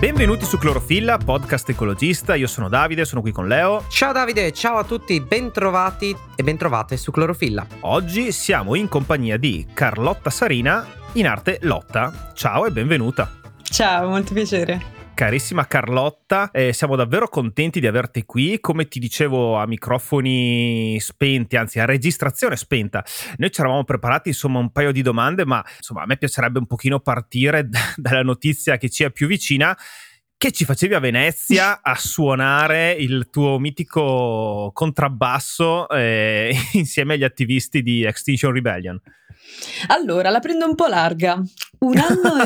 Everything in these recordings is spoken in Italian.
Benvenuti su Clorofilla, podcast ecologista. Io sono Davide, sono qui con Leo. Ciao Davide, ciao a tutti, bentrovati e bentrovate su Clorofilla. Oggi siamo in compagnia di Carlotta Sarina, in arte Lotta. Ciao e benvenuta. Ciao, molto piacere. Carissima Carlotta, siamo davvero contenti di averti qui. Come ti dicevo a microfoni spenti, anzi a registrazione spenta, noi ci eravamo preparati insomma un paio di domande, ma insomma a me piacerebbe un pochino partire dalla notizia che ci è più vicina, che ci facevi a Venezia a suonare il tuo mitico contrabbasso insieme agli attivisti di Extinction Rebellion. Allora, la prendo un po' larga. Un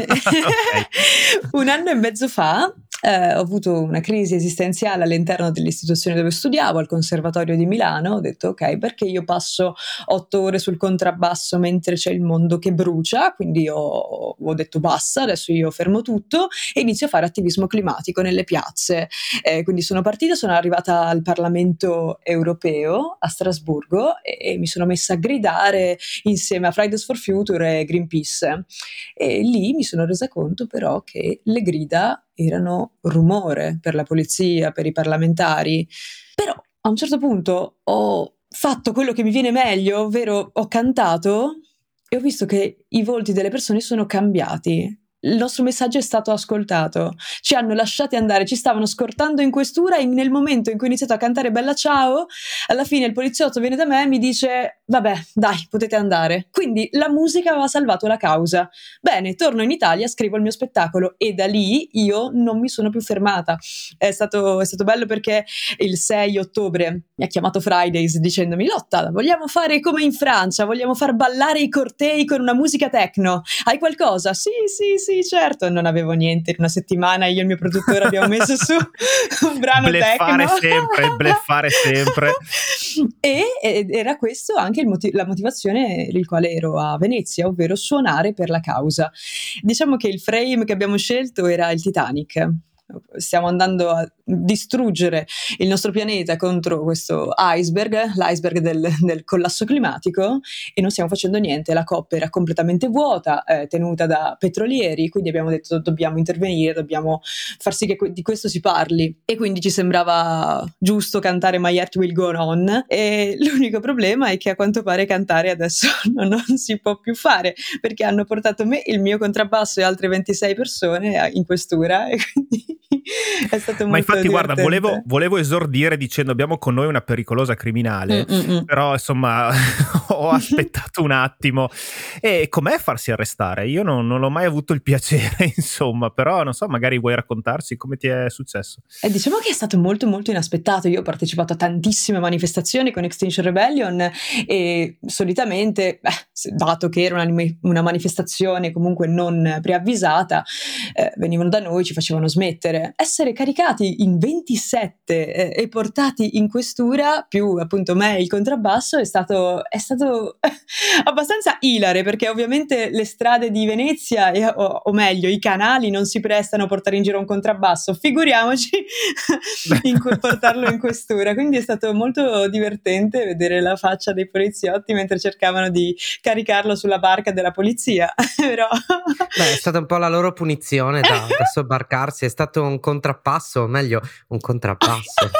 anno e mezzo fa ho avuto una crisi esistenziale all'interno dell'istituzione dove studiavo, al Conservatorio di Milano. Ho detto ok, perché io passo 8 ore sul contrabbasso mentre c'è il mondo che brucia, quindi ho detto basta, adesso io fermo tutto e inizio a fare attivismo climatico nelle piazze. Quindi sono arrivata al Parlamento europeo a Strasburgo e mi sono messa a gridare insieme a Fridays for Future e Greenpeace. E lì mi sono resa conto però che le grida erano rumore per la polizia, per i parlamentari. Però a un certo punto ho fatto quello che mi viene meglio, ovvero ho cantato e ho visto che i volti delle persone sono cambiati. Il nostro messaggio è stato ascoltato, ci hanno lasciati andare, ci stavano scortando in questura e nel momento in cui ho iniziato a cantare Bella Ciao, alla fine il poliziotto viene da me e mi dice vabbè dai, potete andare. Quindi la musica aveva salvato la causa. Bene, torno in Italia, scrivo il mio spettacolo e da lì io non mi sono più fermata. È stato bello perché il 6 ottobre mi ha chiamato Fridays dicendomi Lotta, vogliamo fare come in Francia, vogliamo far ballare i cortei con una musica techno, hai qualcosa? Sì, certo, non avevo niente, in una settimana io e il mio produttore abbiamo messo su un brano techno. Bleffare sempre. Ed era questo anche la motivazione per il quale ero a Venezia, ovvero suonare per la causa. Diciamo che il frame che abbiamo scelto era il Titanic. Stiamo andando a distruggere il nostro pianeta contro questo l'iceberg del collasso climatico e non stiamo facendo niente. La COP era completamente vuota, tenuta da petrolieri, quindi abbiamo detto dobbiamo intervenire, dobbiamo far sì che di questo si parli e quindi ci sembrava giusto cantare My Heart Will Go On. E l'unico problema è che a quanto pare cantare adesso non si può più fare perché hanno portato me, il mio contrabbasso e altre 26 persone in questura e quindi è stato molto infatti divertente. Guarda, volevo esordire dicendo abbiamo con noi una pericolosa criminale, però insomma ho aspettato un attimo. E com'è farsi arrestare? Io non ho mai avuto il piacere, insomma, però non so, magari vuoi raccontarci come ti è successo? Diciamo che è stato molto molto inaspettato. Io ho partecipato a tantissime manifestazioni con Extinction Rebellion e solitamente, dato che era una manifestazione comunque non preavvisata, venivano da noi, ci facevano smettere. Essere caricati in 27 e portati in questura, più appunto me e il contrabbasso, è stato abbastanza ilare, perché ovviamente le strade di Venezia, o meglio i canali, non si prestano a portare in giro un contrabbasso, figuriamoci portarlo in questura. Quindi è stato molto divertente vedere la faccia dei poliziotti mentre cercavano di caricarlo sulla barca della polizia. Però è stata un po' la loro punizione da sobbarcarsi, è stato un contrappasso, o meglio un contrabbasso.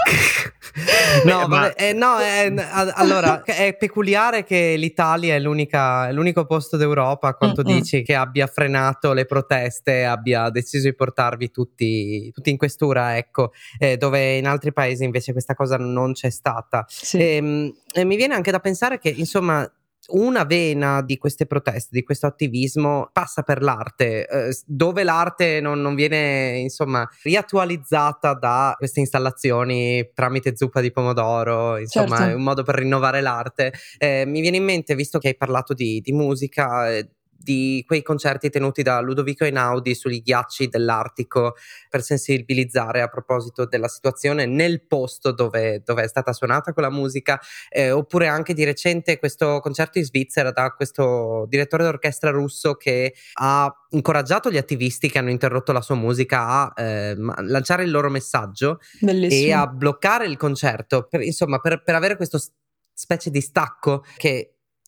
Allora è peculiare che l'Italia è l'unico posto d'Europa, a quanto dici, che abbia frenato le proteste, abbia deciso di portarvi tutti in questura, ecco, dove in altri paesi invece questa cosa non c'è stata. Sì. E mi viene anche da pensare che insomma una vena di queste proteste, di questo attivismo passa per l'arte, dove l'arte non viene insomma riattualizzata da queste installazioni tramite zuppa di pomodoro, insomma certo. È un modo per rinnovare l'arte. Mi viene in mente, visto che hai parlato di musica, di quei concerti tenuti da Ludovico Einaudi sugli ghiacci dell'Artico per sensibilizzare a proposito della situazione nel posto dove è stata suonata quella musica, oppure anche di recente questo concerto in Svizzera da questo direttore d'orchestra russo che ha incoraggiato gli attivisti che hanno interrotto la sua musica a lanciare il loro messaggio. Bellissimo. E a bloccare il concerto per avere questo specie di stacco che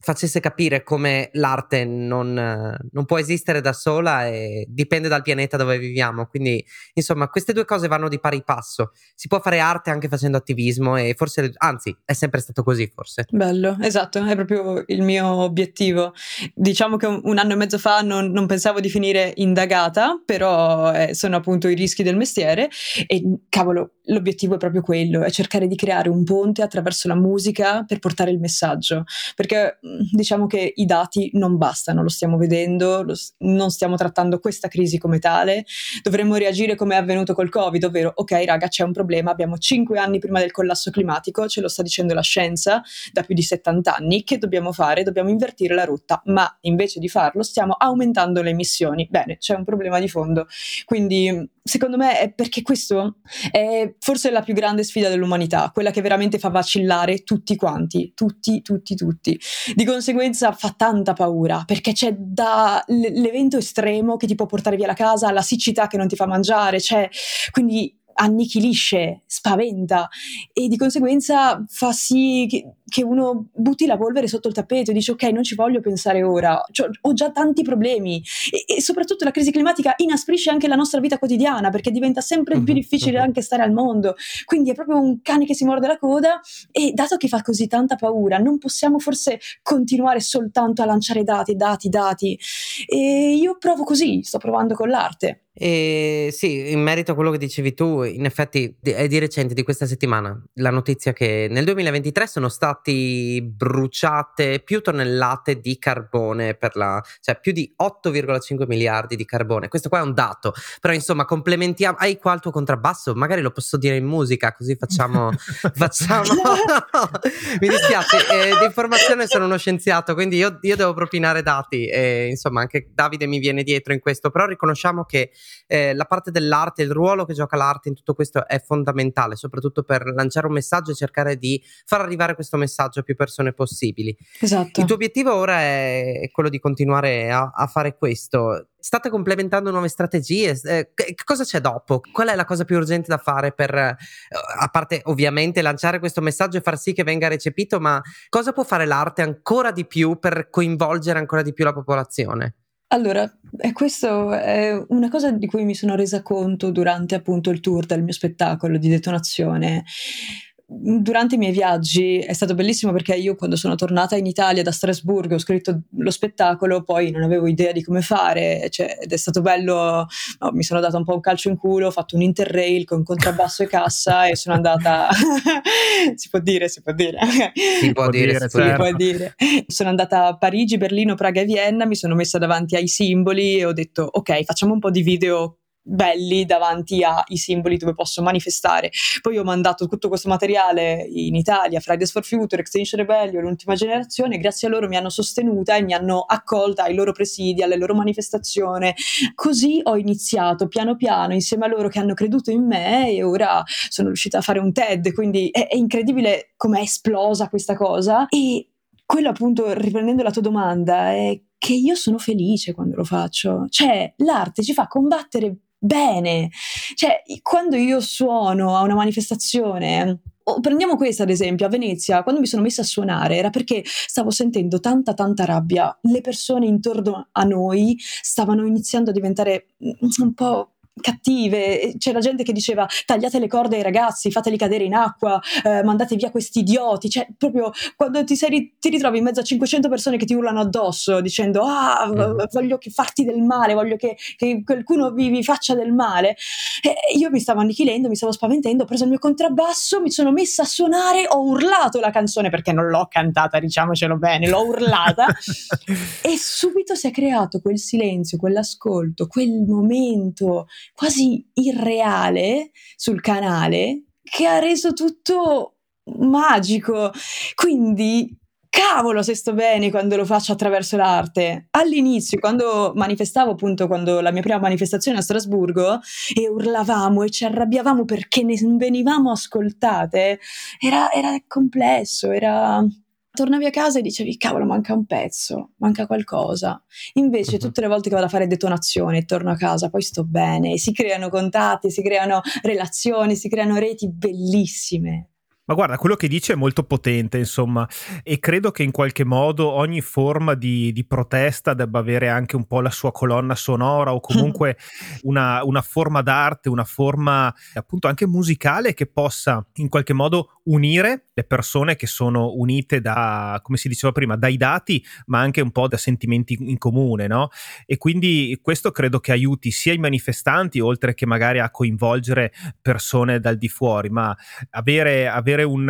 facesse capire come l'arte non può esistere da sola e dipende dal pianeta dove viviamo. Quindi, insomma, queste due cose vanno di pari passo. Si può fare arte anche facendo attivismo e forse, anzi, è sempre stato così, forse. Bello, esatto, è proprio il mio obiettivo. Diciamo che un anno e mezzo fa non pensavo di finire indagata, però sono appunto i rischi del mestiere e cavolo, l'obiettivo è proprio quello, è cercare di creare un ponte attraverso la musica per portare il messaggio, perché diciamo che i dati non bastano, lo stiamo vedendo, non stiamo trattando questa crisi come tale, dovremmo reagire come è avvenuto col Covid, ovvero ok raga, c'è un problema, abbiamo 5 anni prima del collasso climatico, ce lo sta dicendo la scienza da più di 70 anni, che dobbiamo fare? Dobbiamo invertire la rotta, ma invece di farlo stiamo aumentando le emissioni. Bene, c'è un problema di fondo, quindi secondo me è perché questo è forse la più grande sfida dell'umanità, quella che veramente fa vacillare tutti quanti, tutti. Di conseguenza fa tanta paura, perché c'è l'evento estremo che ti può portare via la casa, alla siccità che non ti fa mangiare, quindi annichilisce, spaventa e di conseguenza fa sì che uno butti la polvere sotto il tappeto e dice ok, non ci voglio pensare ora, ho già tanti problemi e soprattutto la crisi climatica inasprisce anche la nostra vita quotidiana perché diventa sempre più difficile anche stare al mondo, quindi è proprio un cane che si morde la coda e dato che fa così tanta paura non possiamo forse continuare soltanto a lanciare dati e io provo così, sto provando con l'arte. E sì, in merito a quello che dicevi tu, in effetti è di recente, di questa settimana, la notizia che nel 2023 sono stati bruciate più tonnellate di carbone cioè più di 8,5 miliardi di carbone. Questo qua è un dato, però insomma complementiamo. Hai qua il tuo contrabbasso? Magari lo posso dire in musica, così facciamo mi dispiace, di informazione sono uno scienziato, quindi io devo propinare dati e insomma anche Davide mi viene dietro in questo, però riconosciamo che la parte dell'arte, il ruolo che gioca l'arte in tutto questo è fondamentale, soprattutto per lanciare un messaggio e cercare di far arrivare questo messaggio a più persone possibili. Esatto. Il tuo obiettivo ora è quello di continuare a fare questo. State complementando nuove strategie? Cosa c'è dopo? Qual è la cosa più urgente da fare per, a parte ovviamente lanciare questo messaggio e far sì che venga recepito, ma cosa può fare l'arte ancora di più per coinvolgere ancora di più la popolazione? Allora, questo è una cosa di cui mi sono resa conto durante appunto il tour del mio spettacolo di Detonazione. Durante i miei viaggi è stato bellissimo perché io quando sono tornata in Italia da Strasburgo ho scritto lo spettacolo, poi non avevo idea di come fare, ed è stato bello, mi sono data un po' un calcio in culo, ho fatto un interrail con contrabbasso e cassa e sono andata si può dire si può dire. Sono andata a Parigi, Berlino, Praga e Vienna, mi sono messa davanti ai simboli e ho detto ok, facciamo un po' di video belli davanti ai simboli dove posso manifestare. Poi ho mandato tutto questo materiale in Italia, Fridays for Future, Extinction Rebellion, l'ultima generazione, grazie a loro mi hanno sostenuta e mi hanno accolta ai loro presidi, alle loro manifestazioni. Così ho iniziato piano piano insieme a loro che hanno creduto in me e ora sono riuscita a fare un TED, quindi è incredibile come è esplosa questa cosa. E quello appunto, riprendendo la tua domanda, è che io sono felice quando lo faccio, cioè l'arte ci fa combattere bene, cioè quando io suono a una manifestazione, prendiamo questa ad esempio, a Venezia, quando mi sono messa a suonare era perché stavo sentendo tanta rabbia, le persone intorno a noi stavano iniziando a diventare un po' cattive, c'era gente che diceva tagliate le corde ai ragazzi, fateli cadere in acqua, mandate via questi idioti, cioè proprio quando ti ritrovi in mezzo a 500 persone che ti urlano addosso dicendo voglio farti del male, voglio che qualcuno vi faccia del male, e io mi stavo annichilendo, mi stavo spaventando, ho preso il mio contrabbasso, mi sono messa a suonare, ho urlato la canzone perché non l'ho cantata, diciamocelo bene, l'ho urlata e subito si è creato quel silenzio, quell'ascolto, quel momento quasi irreale sul canale che ha reso tutto magico. Quindi cavolo se sto bene quando lo faccio attraverso l'arte. All'inizio, quando manifestavo, appunto quando la mia prima manifestazione a Strasburgo e urlavamo e ci arrabbiavamo perché ne venivamo ascoltate, era complesso, tornavi a casa e dicevi cavolo manca un pezzo, manca qualcosa. Invece tutte le volte che vado a fare Detonazione e torno a casa poi sto bene, si creano contatti, si creano relazioni, si creano reti bellissime. Ma guarda, quello che dice è molto potente, insomma, e credo che in qualche modo ogni forma di protesta debba avere anche un po' la sua colonna sonora o comunque una forma d'arte, una forma appunto anche musicale che possa in qualche modo unire le persone che sono unite da, come si diceva prima, dai dati, ma anche un po' da sentimenti in comune, no? E quindi questo credo che aiuti sia i manifestanti, oltre che magari a coinvolgere persone dal di fuori, ma avere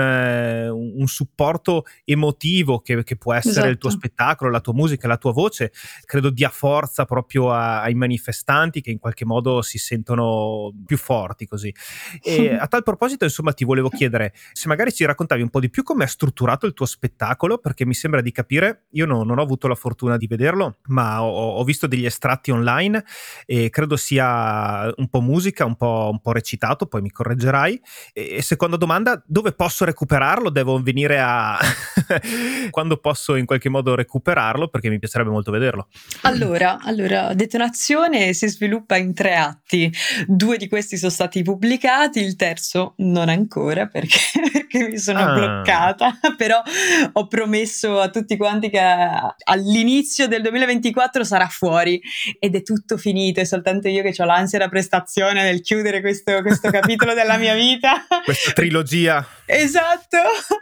un supporto emotivo che può essere Esatto. il tuo spettacolo, la tua musica, la tua voce, credo dia forza proprio ai manifestanti che in qualche modo si sentono più forti così. E a tal proposito, insomma, ti volevo chiedere se magari ci raccontavi un po' di più come è strutturato il tuo spettacolo, perché mi sembra di capire, io non ho avuto la fortuna di vederlo, ma ho visto degli estratti online e credo sia un po' musica, un po' recitato, poi mi correggerai. E seconda domanda, dove posso recuperarlo? Devo venire a quando posso in qualche modo recuperarlo, perché mi piacerebbe molto vederlo. Allora, Detonazione si sviluppa in 3 atti. 2 di questi sono stati pubblicati, il terzo non ancora perché mi sono bloccata, però ho promesso a tutti quanti che all'inizio del 2024 sarà fuori ed è tutto finito, è soltanto io che ho l'ansia da prestazione nel chiudere questo capitolo della mia vita. Questa trilogia. Esatto.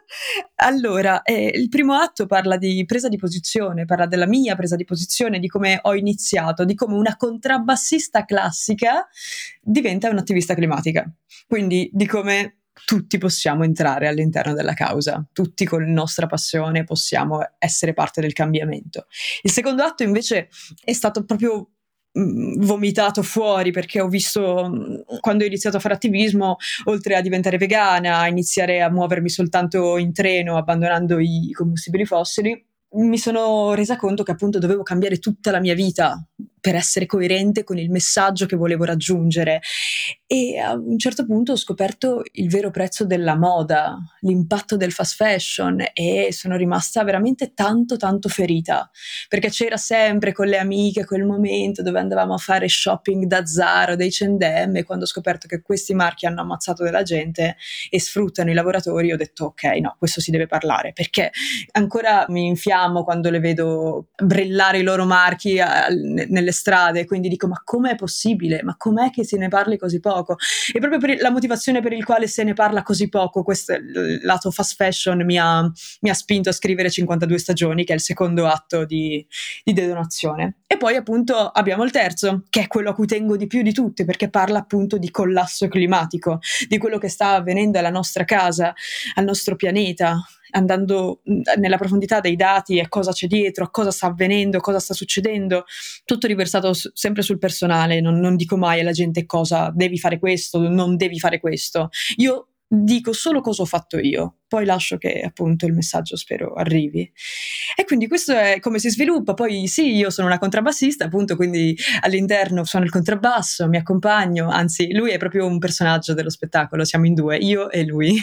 Allora, il primo atto parla di presa di posizione, parla della mia presa di posizione, di come ho iniziato, di come una contrabbassista classica diventa un'attivista climatica. Quindi di come tutti possiamo entrare all'interno della causa, tutti con la nostra passione possiamo essere parte del cambiamento. Il secondo atto invece è stato proprio vomitato fuori perché ho visto, quando ho iniziato a fare attivismo, oltre a diventare vegana, a iniziare a muovermi soltanto in treno abbandonando i combustibili fossili, mi sono resa conto che appunto dovevo cambiare tutta la mia vita per essere coerente con il messaggio che volevo raggiungere, e a un certo punto ho scoperto il vero prezzo della moda, l'impatto del fast fashion, e sono rimasta veramente tanto ferita, perché c'era sempre con le amiche quel momento dove andavamo a fare shopping da Zara o dei H&M, e quando ho scoperto che questi marchi hanno ammazzato della gente e sfruttano i lavoratori ho detto ok, no, questo si deve parlare, perché ancora mi infiammo quando le vedo brillare i loro marchi nelle strade, quindi dico ma com'è possibile, ma com'è che se ne parli così poco? E proprio per la motivazione per il quale se ne parla così poco, questo il lato fast fashion mi ha spinto a scrivere 52 stagioni, che è il secondo atto di Detonazione. E poi appunto abbiamo il terzo, che è quello a cui tengo di più di tutti, perché parla appunto di collasso climatico, di quello che sta avvenendo alla nostra casa, al nostro pianeta, andando nella profondità dei dati e cosa c'è dietro, cosa sta avvenendo, cosa sta succedendo, tutto riversato sempre sul personale. Non dico mai alla gente cosa devi fare questo, non devi fare questo, io dico solo cosa ho fatto io, poi lascio che appunto il messaggio spero arrivi. E quindi questo è come si sviluppa. Poi sì, io sono una contrabbassista appunto, quindi all'interno suono il contrabbasso, mi accompagno, anzi lui è proprio un personaggio dello spettacolo, siamo in 2, io e lui.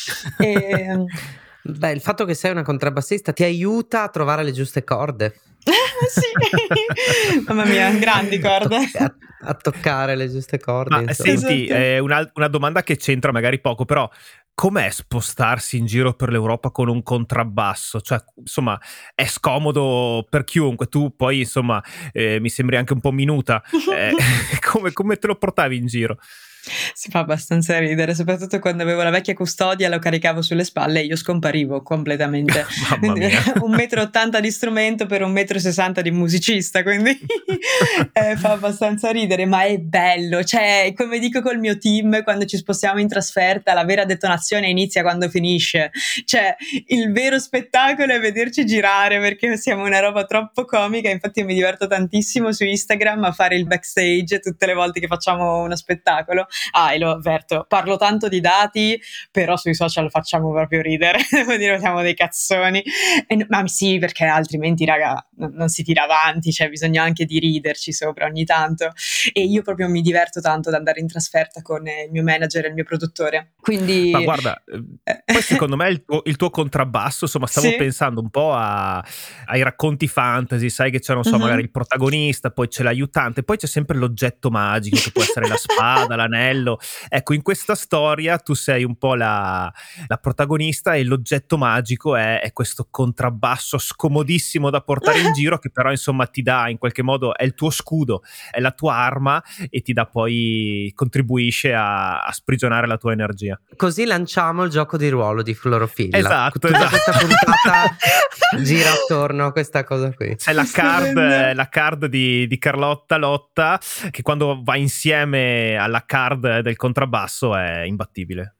Beh, il fatto che sei una contrabbassista ti aiuta a trovare le giuste corde. Sì, mamma mia, grandi corde. A toccare le giuste corde. Ma senti, una domanda che c'entra magari poco, però com'è spostarsi in giro per l'Europa con un contrabbasso? Cioè, insomma, è scomodo per chiunque. Tu poi, insomma, mi sembri anche un po' minuta. Come te lo portavi in giro? Si fa abbastanza ridere, soprattutto quando avevo la vecchia custodia, lo caricavo sulle spalle e io scomparivo completamente. Mamma mia. 1,80 m di strumento per 1,60 m di musicista, quindi fa abbastanza ridere, ma è bello. Cioè, come dico col mio team quando ci spostiamo in trasferta, la vera detonazione inizia quando finisce. Cioè, il vero spettacolo è vederci girare, perché siamo una roba troppo comica. Infatti io mi diverto tantissimo su Instagram a fare il backstage tutte le volte che facciamo uno spettacolo. E lo avverto, parlo tanto di dati, però sui social facciamo proprio ridere, devo dire, siamo dei cazzoni. Ma sì, perché altrimenti, raga, non si tira avanti, c'è bisogno anche di riderci sopra ogni tanto, e io proprio mi diverto tanto ad andare in trasferta con il mio manager e il mio produttore, quindi... Ma guarda, poi secondo me il tuo contrabbasso, insomma, stavo Sì. pensando un po' ai racconti fantasy, sai che c'è, non so, magari il protagonista, poi c'è l'aiutante, poi c'è sempre l'oggetto magico che può essere la spada, l'anello. Ecco, in questa storia tu sei un po' la protagonista e l'oggetto magico è questo contrabbasso scomodissimo da portare in giro, che però insomma ti dà, in qualche modo, è il tuo scudo, è la tua arma, e ti dà poi, contribuisce a sprigionare la tua energia. Così lanciamo il gioco di ruolo di Florofilla. Esatto. Tutta questa puntata gira attorno a questa cosa qui. C'è la card di Carlotta Lotta, che quando va insieme alla card del contrabbasso è imbattibile.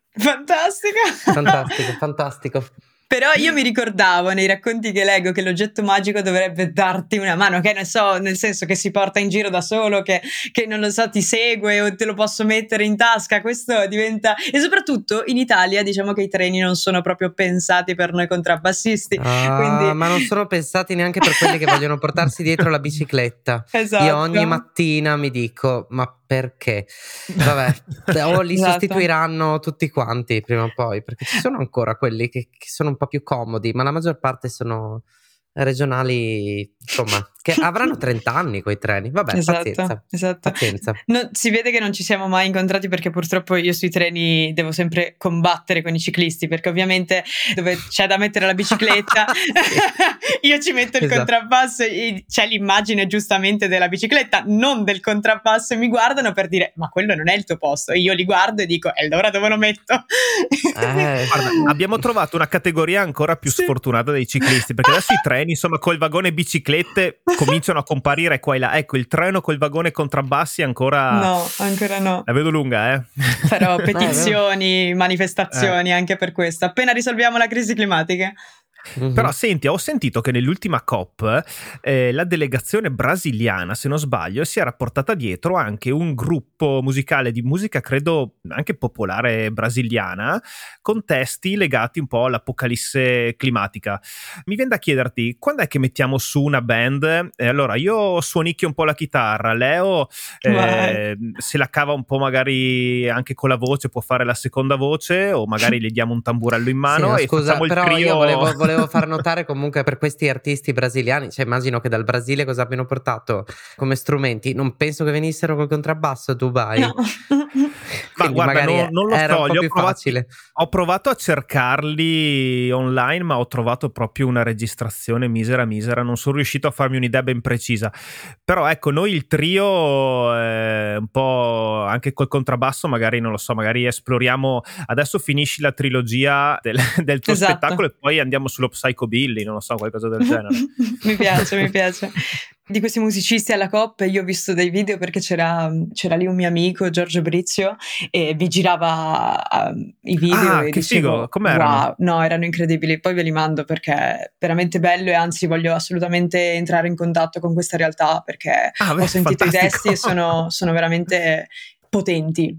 Fantastico. Però io mi ricordavo nei racconti che leggo che l'oggetto magico dovrebbe darti una mano, che ne so, nel senso che si porta in giro da solo, che non lo so, ti segue o te lo posso mettere in tasca. Questo diventa... E soprattutto in Italia diciamo che i treni non sono proprio pensati per noi contrabbassisti. Quindi... Ma non sono pensati neanche per quelli che vogliono portarsi dietro la bicicletta. Esatto. Io ogni mattina mi dico, ma perché? Vabbè, o li sostituiranno tutti quanti prima o poi, perché ci sono ancora quelli che sono un po' più comodi, ma la maggior parte sono regionali, insomma, che avranno 30 anni quei treni. Vabbè, esatto. Pazienza. No, si vede che non ci siamo mai incontrati, perché purtroppo io sui treni devo sempre combattere con i ciclisti, perché ovviamente dove c'è da mettere la bicicletta io ci metto il contrabbasso e c'è l'immagine giustamente della bicicletta, non del contrabbasso, e mi guardano per dire ma quello non è il tuo posto, e io li guardo e dico e allora dove lo metto? Guarda, abbiamo trovato una categoria ancora più sfortunata dei ciclisti, perché adesso i treni, insomma, col vagone biciclette cominciano a comparire qua e là. Ecco, il treno col vagone contrabbassi ancora no. La vedo lunga, Farò petizioni, manifestazioni anche per questo, appena risolviamo la crisi climatica. Mm-hmm. Però senti, ho sentito che nell'ultima COP la delegazione brasiliana, se non sbaglio, si era portata dietro anche un gruppo musicale di musica, credo anche popolare brasiliana, con testi legati un po' all'apocalisse climatica. Mi viene da chiederti, quando è che mettiamo su una band? Allora, io suonicchio un po' la chitarra, Leo se la cava un po' magari anche con la voce, può fare la seconda voce, o magari gli diamo un tamburello in mano scusa, facciamo il però trio. Io volevo far notare comunque per questi artisti brasiliani, cioè immagino che dal Brasile cosa abbiano portato come strumenti, non penso che venissero col contrabbasso a Dubai. No. Ma guarda, non lo era so, un po' più facile. Ho provato a cercarli online, ma ho trovato proprio una registrazione misera, non sono riuscito a farmi un'idea ben precisa. Però ecco, noi il trio un po' anche col contrabbasso, magari non lo so, magari esploriamo, adesso finisci la trilogia del tuo spettacolo e poi andiamo sullo psychobilly, non lo so, qualcosa del genere. Mi piace. Di questi musicisti alla COP io ho visto dei video, perché c'era lì un mio amico, Giorgio Brizio, e vi girava i video e che dicevo, figo, com'erano? wow, no, erano incredibili, poi ve li mando perché è veramente bello, e anzi voglio assolutamente entrare in contatto con questa realtà, perché ho sentito fantastico. I testi e sono veramente potenti,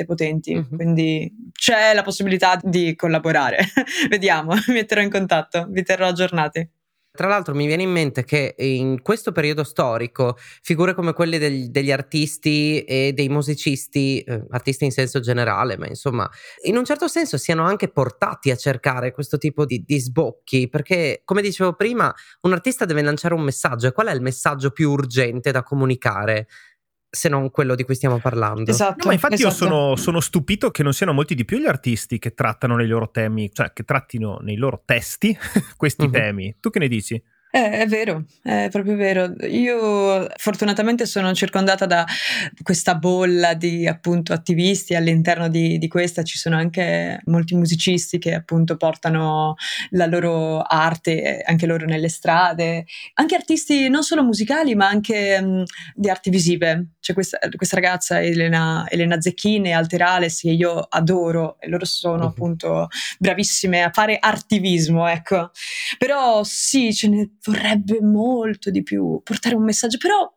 quindi c'è la possibilità di collaborare. Vediamo, mi metterò in contatto, vi terrò aggiornati. Tra l'altro mi viene in mente che in questo periodo storico figure come quelle degli artisti e dei musicisti, artisti in senso generale, ma insomma in un certo senso siano anche portati a cercare questo tipo di sbocchi, perché come dicevo prima un artista deve lanciare un messaggio, e qual è il messaggio più urgente da comunicare se non quello di cui stiamo parlando? Esatto. No, ma infatti io sono stupito che non siano molti di più gli artisti che trattano nei loro temi, cioè che trattino nei loro testi questi temi. Tu che ne dici? È vero, è proprio vero. Io fortunatamente sono circondata da questa bolla di appunto attivisti, all'interno di questa ci sono anche molti musicisti che appunto portano la loro arte anche loro nelle strade, anche artisti non solo musicali ma anche di arti visive. C'è questa ragazza Elena Zecchini e Alterales che io adoro, e loro sono appunto bravissime a fare artivismo, ecco. Però sì, ce ne vorrebbe molto di più, portare un messaggio, però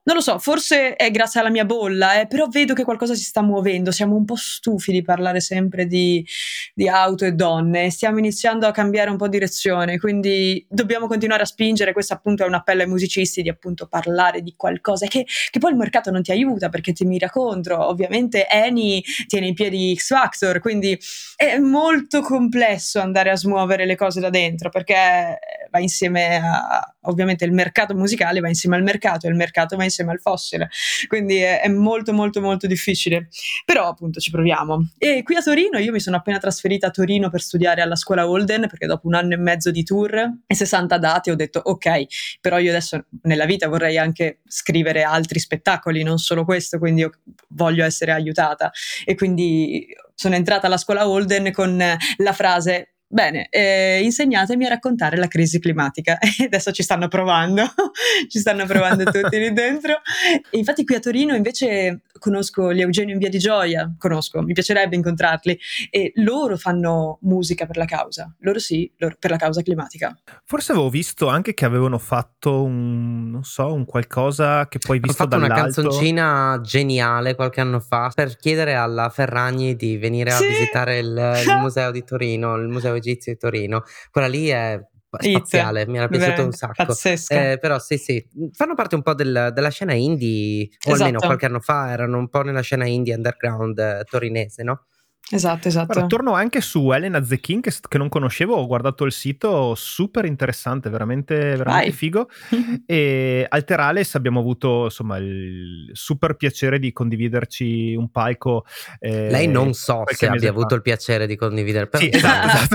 non lo so, forse è grazie alla mia bolla, però vedo che qualcosa si sta muovendo, siamo un po' stufi di parlare sempre di auto e donne, stiamo iniziando a cambiare un po' direzione, quindi dobbiamo continuare a spingere. Questo appunto è un appello ai musicisti, di appunto parlare di qualcosa che poi il mercato non ti aiuta perché ti mira contro. Ovviamente Eni tiene in piedi X Factor, quindi è molto complesso andare a smuovere le cose da dentro, perché va insieme a, ovviamente il mercato musicale va insieme al mercato e il mercato va insieme al fossile, quindi è molto molto molto difficile, però appunto ci proviamo. E qui a Torino, io mi sono appena trasferita a Torino per studiare alla scuola Holden, perché dopo 1 anno e mezzo di tour e 60 dati ho detto ok, però io adesso nella vita vorrei anche scrivere altri spettacoli, non solo questo, quindi io voglio essere aiutata, e quindi sono entrata alla scuola Holden con la frase: bene, insegnatemi a raccontare la crisi climatica. E adesso ci stanno provando ci stanno provando tutti lì dentro. E infatti qui a Torino invece conosco gli Eugenio in Via di Gioia, mi piacerebbe incontrarli, e loro fanno musica per la causa, loro per la causa climatica. Forse avevo visto anche che avevano fatto un qualcosa che poi visto dall'alto. Hanno fatto una canzoncina geniale qualche anno fa per chiedere alla Ferragni di venire a visitare il museo di Torino, il museo egizio di Torino. Quella lì è spaziale, mi era piaciuto un sacco. Pazzesca. Però sì, fanno parte un po' della scena indie, o almeno qualche anno fa erano un po' nella scena indie underground torinese, no? Esatto. Guarda, torno anche su Elena Zecchin che non conoscevo, ho guardato il sito, super interessante, veramente figo. E Alterales abbiamo avuto insomma il super piacere di condividerci un palco. Lei non so se abbia avuto il piacere di condividere, però... Sì, esatto.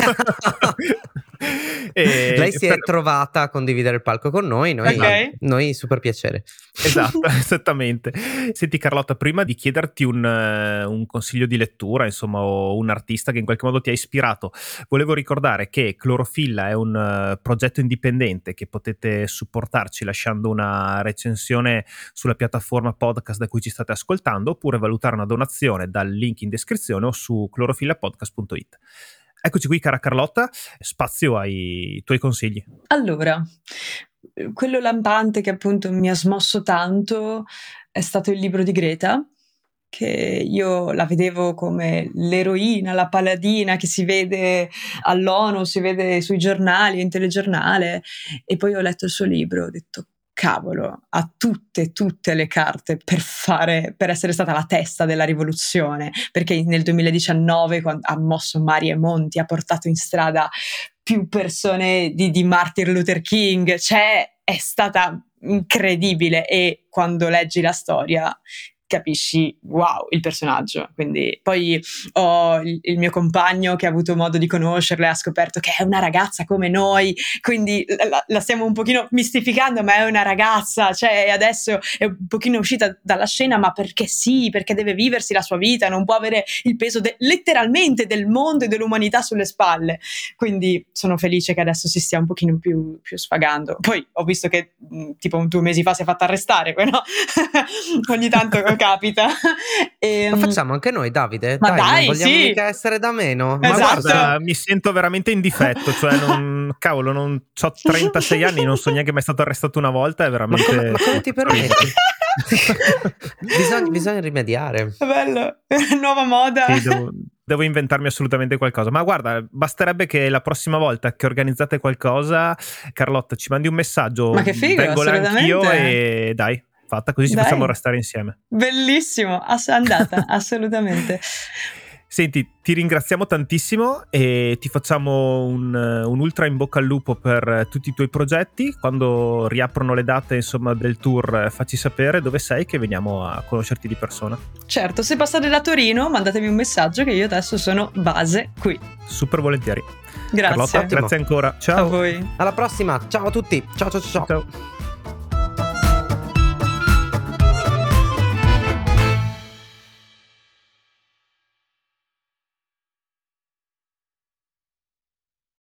Lei si è trovata a condividere il palco con noi, noi super piacere. Esatto, esattamente. Senti Carlotta, prima di chiederti un consiglio di lettura, insomma, o un artista che in qualche modo ti ha ispirato, volevo ricordare che Clorofilla è un progetto indipendente che potete supportarci lasciando una recensione sulla piattaforma podcast da cui ci state ascoltando, oppure valutare una donazione dal link in descrizione o su clorofillapodcast.it. Eccoci qui, cara Carlotta, spazio ai tuoi consigli. Allora, quello lampante che appunto mi ha smosso tanto è stato il libro di Greta, che io la vedevo come l'eroina, la paladina che si vede all'ONU, si vede sui giornali, in telegiornale, e poi ho letto il suo libro, ho detto cavolo, ha tutte le carte per essere stata la testa della rivoluzione, perché nel 2019 quando ha mosso mari e monti, ha portato in strada più persone di Martin Luther King, è stata incredibile, e quando leggi la storia capisci, wow, il personaggio. Quindi poi ho il mio compagno che ha avuto modo di conoscerla e ha scoperto che è una ragazza come noi, quindi la stiamo un pochino mistificando, ma è una ragazza, adesso è un pochino uscita dalla scena, ma perché perché deve viversi la sua vita, non può avere il peso letteralmente del mondo e dell'umanità sulle spalle. Quindi sono felice che adesso si stia un pochino più sfagando. Poi ho visto che tipo 2 mesi fa si è fatta arrestare, no? Ogni tanto capita. Lo facciamo anche noi, Davide? Ma dai, non vogliamo mica essere da meno. Ma esatto. guarda, mi sento veramente in difetto, non ho 36 anni, non sono neanche mai stato arrestato una volta, è veramente... Ma come ti permetti? bisogna rimediare. È bello, nuova moda. Sì, devo inventarmi assolutamente qualcosa. Ma guarda, basterebbe che la prossima volta che organizzate qualcosa, Carlotta, ci mandi un messaggio. Ma che figo, vengo là anch'io e dai, fatta così ci facciamo restare insieme. Bellissimo, andata, assolutamente. Senti, ti ringraziamo tantissimo e ti facciamo un ultra in bocca al lupo per tutti i tuoi progetti. Quando riaprono le date, insomma, del tour, facci sapere dove sei, che veniamo a conoscerti di persona. Certo, se passate da Torino mandatemi un messaggio che io adesso sono base qui. Super volentieri. Grazie. Carlotta, grazie ancora. Ciao. A voi. Alla prossima. Ciao a tutti. Ciao. Ciao.